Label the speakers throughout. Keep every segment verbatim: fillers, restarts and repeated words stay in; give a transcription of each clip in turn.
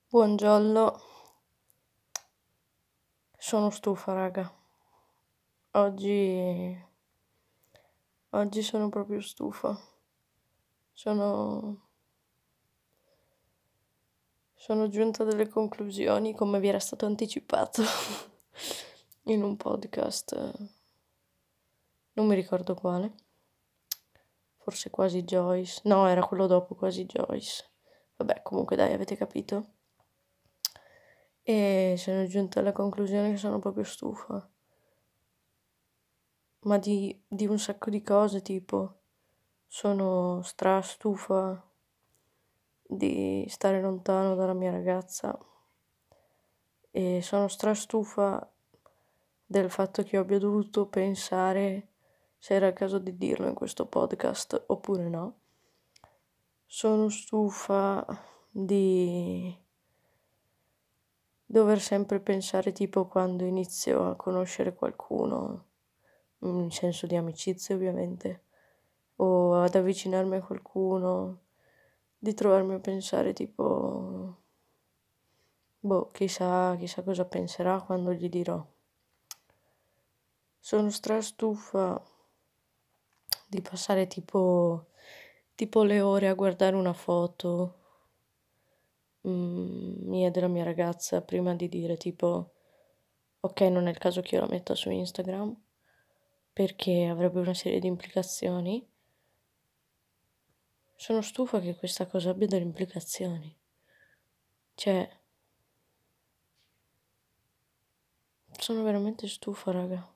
Speaker 1: Buongiorno, sono stufa, raga. Oggi, oggi sono proprio stufa. Sono, sono giunta a delle conclusioni, come vi era stato anticipato in un podcast, eh, non mi ricordo quale, forse Quasi Joyce. No, era quello dopo Quasi Joyce. Vabbè, comunque dai, avete capito. E sono giunta alla conclusione che sono proprio stufa. Ma di, di un sacco di cose, tipo, sono stra stufa di stare lontano dalla mia ragazza e sono stra stufa del fatto che abbia dovuto pensare se era il caso di dirlo in questo podcast oppure no. Sono stufa di dover sempre pensare tipo quando inizio a conoscere qualcuno, in senso di amicizia ovviamente, o ad avvicinarmi a qualcuno, di trovarmi a pensare tipo, boh, chissà, chissà cosa penserà quando gli dirò. Sono stra stufa di passare tipo, tipo le ore a guardare una foto mm, mia e della mia ragazza prima di dire tipo, ok, non è il caso che io la metta su Instagram perché avrebbe una serie di implicazioni. Sono stufa che questa cosa abbia delle implicazioni. Cioè, sono veramente stufa, raga.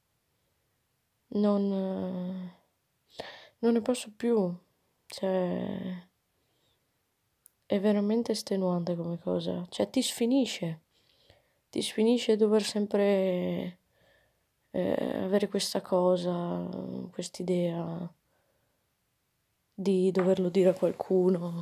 Speaker 1: Non, eh, non ne posso più. Cioè, è veramente estenuante come cosa. Cioè, ti sfinisce. Ti sfinisce dover sempre eh, avere questa cosa, quest'idea di doverlo dire a qualcuno.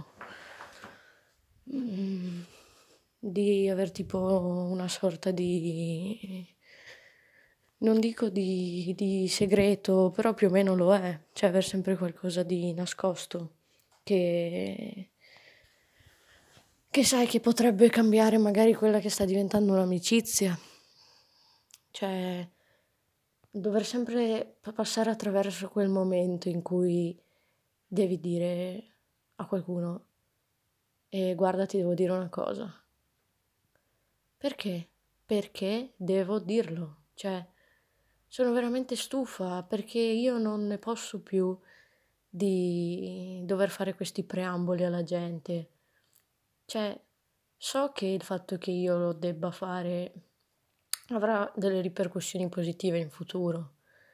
Speaker 1: Mm, di aver tipo una sorta di, non dico di, di segreto, però più o meno lo è, cioè aver sempre qualcosa di nascosto che, che sai che potrebbe cambiare magari quella che sta diventando un'amicizia, cioè dover sempre pa- passare attraverso quel momento in cui devi dire a qualcuno e guarda ti devo dire una cosa. Perché? Perché devo dirlo. Cioè, sono veramente stufa perché io non ne posso più di dover fare questi preamboli alla gente. Cioè, so che il fatto che io lo debba fare avrà delle ripercussioni positive in futuro.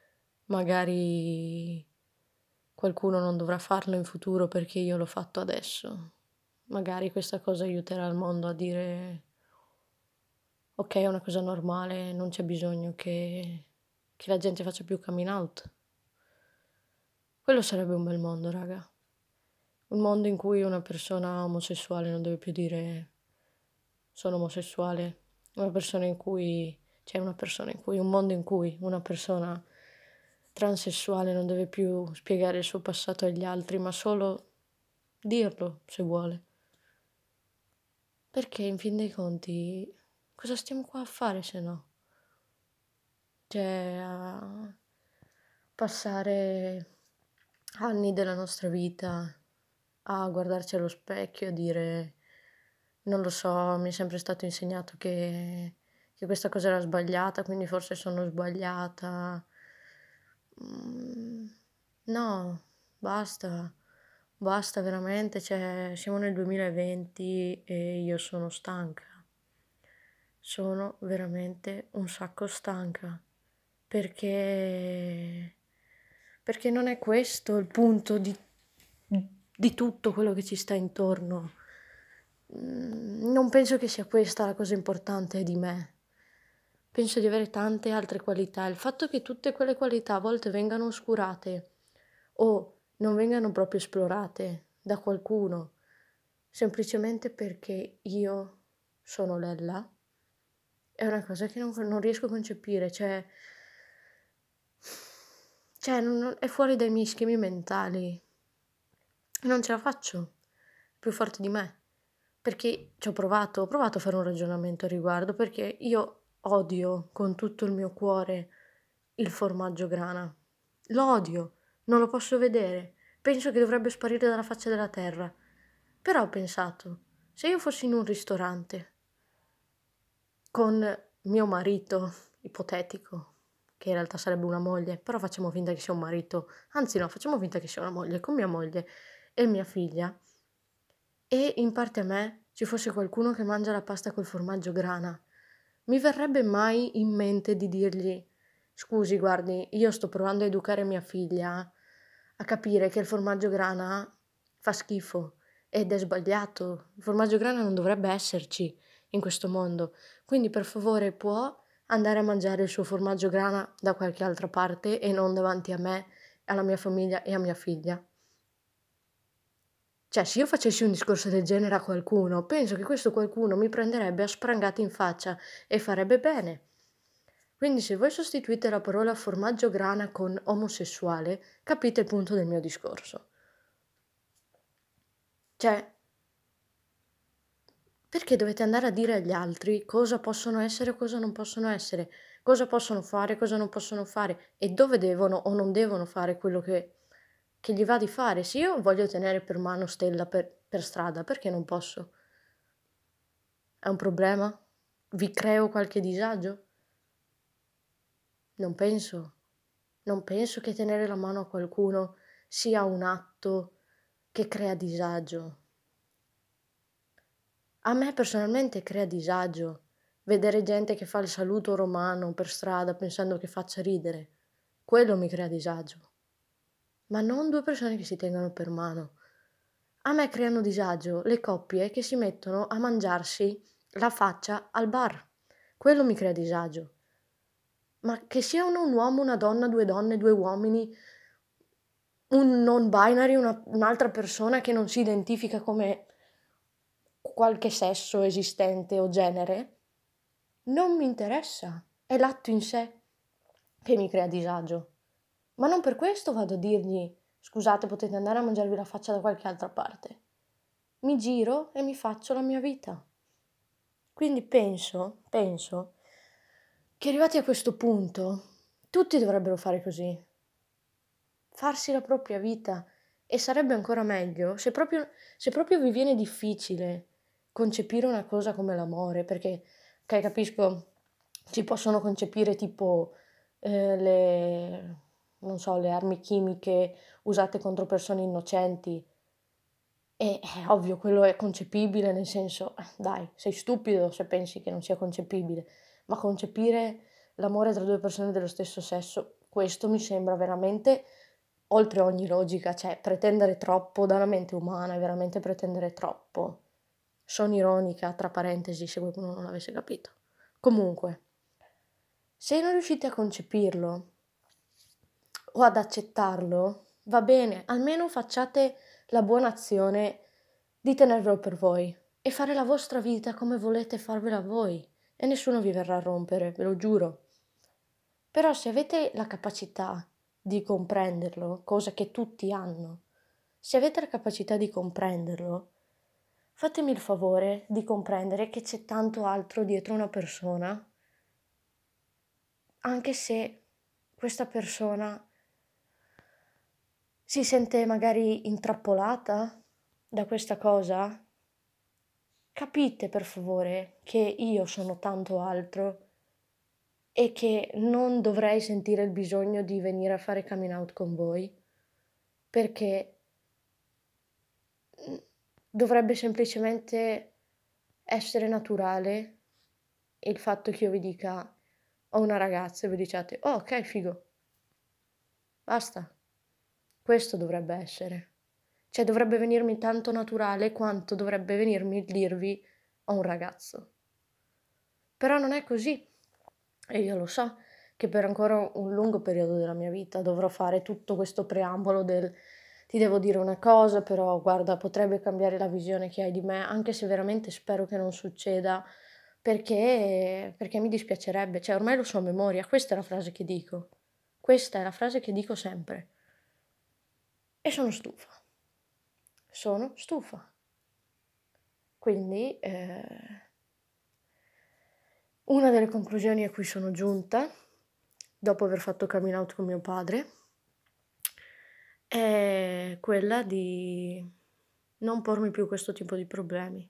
Speaker 1: Magari qualcuno non dovrà farlo in futuro perché io l'ho fatto adesso. Magari questa cosa aiuterà il mondo a dire ok, è una cosa normale, non c'è bisogno che, che la gente faccia più coming out. Quello sarebbe un bel mondo, raga. Un mondo in cui una persona omosessuale non deve più dire sono omosessuale. Una persona in cui, c'è una persona in cui, un mondo in cui una persona transessuale non deve più spiegare il suo passato agli altri, ma solo dirlo se vuole. Perché in fin dei conti, cosa stiamo qua a fare se no? Cioè, a passare anni della nostra vita a guardarci allo specchio e dire, non lo so, mi è sempre stato insegnato che, che questa cosa era sbagliata, quindi forse sono sbagliata. Mm, no, basta, basta veramente, cioè, siamo nel duemilaventi e io sono stanca. Sono veramente un sacco stanca perché, perché non è questo il punto di, di tutto quello che ci sta intorno. Mm, Non penso che sia questa la cosa importante di me. Penso di avere tante altre qualità. Il fatto che tutte quelle qualità a volte vengano oscurate o non vengano proprio esplorate da qualcuno, semplicemente perché io sono Lella, è una cosa che non, non riesco a concepire, cioè, cioè non- è fuori dai miei schemi mentali. Non ce la faccio, è più forte di me. Perché ci ho provato, ho provato a fare un ragionamento a riguardo, perché io odio con tutto il mio cuore il formaggio grana. Lo odio, non lo posso vedere. Penso che dovrebbe sparire dalla faccia della terra. Però ho pensato, se io fossi in un ristorante con mio marito ipotetico, che in realtà sarebbe una moglie, però facciamo finta che sia un marito, anzi no, facciamo finta che sia una moglie, con mia moglie e mia figlia, e in parte a me ci fosse qualcuno che mangia la pasta col formaggio grana, mi verrebbe mai in mente di dirgli: scusi, guardi, io sto provando a educare mia figlia a capire che il formaggio grana fa schifo ed è sbagliato. Il formaggio grana non dovrebbe esserci in questo mondo. Quindi per favore può andare a mangiare il suo formaggio grana da qualche altra parte e non davanti a me, alla mia famiglia e a mia figlia. Cioè, se io facessi un discorso del genere a qualcuno, penso che questo qualcuno mi prenderebbe a sprangate in faccia e farebbe bene. Quindi se voi sostituite la parola formaggio grana con omosessuale, capite il punto del mio discorso. Cioè, perché dovete andare a dire agli altri cosa possono essere o cosa non possono essere, cosa possono fare, cosa non possono fare e dove devono o non devono fare quello che, che gli va di fare? Se io voglio tenere per mano Stella per, per strada, perché non posso? È un problema? Vi creo qualche disagio? Non penso. Non penso che tenere la mano a qualcuno sia un atto che crea disagio. A me personalmente crea disagio vedere gente che fa il saluto romano per strada pensando che faccia ridere. Quello mi crea disagio. Ma non due persone che si tengano per mano. A me creano disagio le coppie che si mettono a mangiarsi la faccia al bar. Quello mi crea disagio. Ma che siano un uomo, una donna, due donne, due uomini, un non binary, una, un'altra persona che non si identifica come qualche sesso esistente o genere, non mi interessa. È l'atto in sé che mi crea disagio. Ma non per questo vado a dirgli: scusate, potete andare a mangiarvi la faccia da qualche altra parte. Mi giro e mi faccio la mia vita. Quindi penso, penso che arrivati a questo punto tutti dovrebbero fare così. Farsi la propria vita. E sarebbe ancora meglio se proprio, se proprio vi viene difficile concepire una cosa come l'amore, perché, ok, capisco, si possono concepire tipo eh, le, non so, le armi chimiche usate contro persone innocenti. E è ovvio, quello è concepibile, nel senso, eh, dai, sei stupido se pensi che non sia concepibile, ma concepire l'amore tra due persone dello stesso sesso, questo mi sembra veramente oltre ogni logica, cioè pretendere troppo da una mente umana è veramente pretendere troppo. Sono ironica, tra parentesi, se qualcuno non l'avesse capito. Comunque, se non riuscite a concepirlo o ad accettarlo, va bene, almeno facciate la buona azione di tenervelo per voi e fare la vostra vita come volete farvela voi e nessuno vi verrà a rompere, ve lo giuro. Però se avete la capacità di comprenderlo, cosa che tutti hanno, se avete la capacità di comprenderlo, fatemi il favore di comprendere che c'è tanto altro dietro una persona, anche se questa persona si sente magari intrappolata da questa cosa. Capite per favore che io sono tanto altro e che non dovrei sentire il bisogno di venire a fare coming out con voi, perché mm, dovrebbe semplicemente essere naturale il fatto che io vi dica ho una ragazza e voi diciate oh ok figo, basta. Questo dovrebbe essere. Cioè dovrebbe venirmi tanto naturale quanto dovrebbe venirmi il dirvi ho un ragazzo. Però non è così e io lo so che per ancora un lungo periodo della mia vita dovrò fare tutto questo preambolo del ti devo dire una cosa, però guarda, potrebbe cambiare la visione che hai di me, anche se veramente spero che non succeda, perché, perché mi dispiacerebbe, cioè ormai lo so a memoria, questa è la frase che dico, questa è la frase che dico sempre e sono stufa, sono stufa. Quindi, ehm una delle conclusioni a cui sono giunta, dopo aver fatto coming out con mio padre, è quella di non pormi più questo tipo di problemi.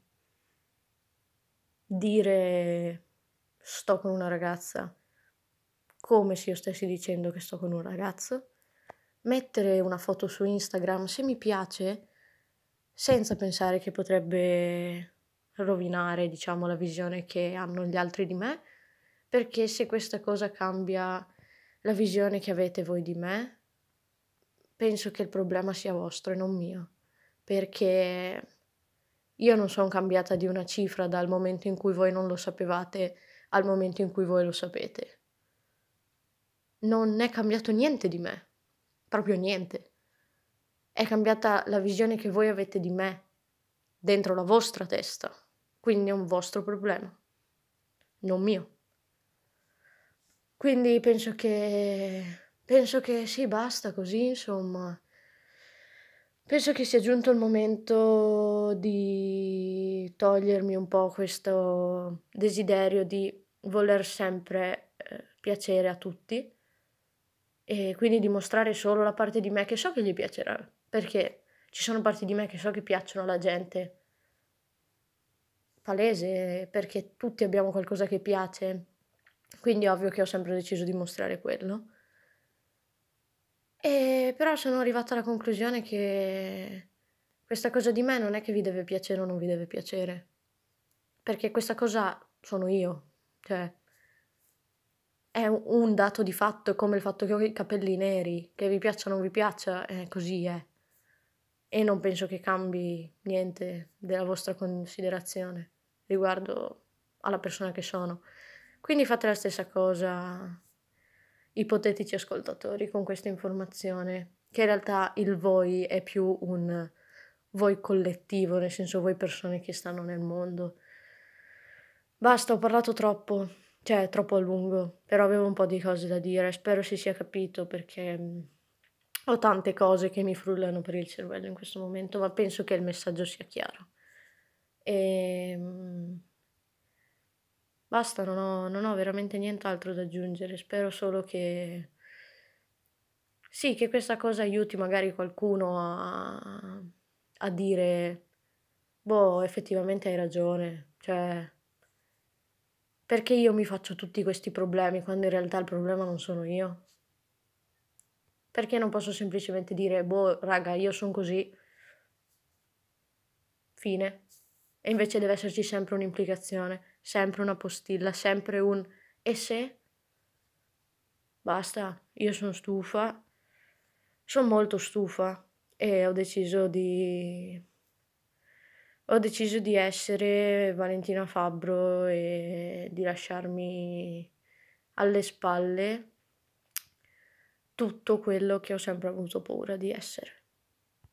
Speaker 1: Dire: "Sto con una ragazza", come se io stessi dicendo che sto con un ragazzo. Mettere una foto su Instagram, se mi piace, senza pensare che potrebbe rovinare, diciamo, la visione che hanno gli altri di me, perché se questa cosa cambia la visione che avete voi di me, penso che il problema sia vostro e non mio, perché io non son cambiata di una cifra dal momento in cui voi non lo sapevate al momento in cui voi lo sapete. Non è cambiato niente di me, proprio niente. È cambiata la visione che voi avete di me dentro la vostra testa, quindi è un vostro problema, non mio. Quindi penso che penso che sì, basta così, insomma. Penso che sia giunto il momento di togliermi un po' questo desiderio di voler sempre, ehm, piacere a tutti e quindi dimostrare solo la parte di me che so che gli piacerà, perché ci sono parti di me che so che piacciono alla gente. Palese, perché tutti abbiamo qualcosa che piace, quindi è ovvio che ho sempre deciso di mostrare quello. Ehm, però sono arrivata alla conclusione che questa cosa di me non è che vi deve piacere o non vi deve piacere, perché questa cosa sono io, cioè è u un dato di fatto, è come il fatto che ho i capelli neri, che vi piaccia o non vi piaccia, eh, così è. E non penso che cambi niente della vostra considerazione riguardo alla persona che sono. Quindi fate la stessa cosa, ipotetici ascoltatori, con questa informazione, che in realtà il voi è più un voi collettivo, nel senso voi persone che stanno nel mondo. Basta, ho parlato troppo, cioè troppo a lungo, però avevo un po' di cose da dire, spero si sia capito perché, mhmm, ho tante cose che mi frullano per il cervello in questo momento, ma penso che il messaggio sia chiaro. Ehm, basta, non ho non ho veramente nient'altro da aggiungere. Spero solo che sì, che questa cosa aiuti magari qualcuno a a dire: "Boh, effettivamente hai ragione." Cioè, perché io mi faccio tutti questi problemi quando in realtà il problema non sono io? Perché non posso semplicemente dire: "Boh, raga, io son così, fine." E invece deve esserci sempre un'implicazione, sempre una postilla, sempre un: "E se?" Basta, io son stufa, son molto stufa e ho deciso di ho deciso di essere Valentina Fabbro e di lasciarmi alle spalle tutto quello che ho sempre avuto paura di essere.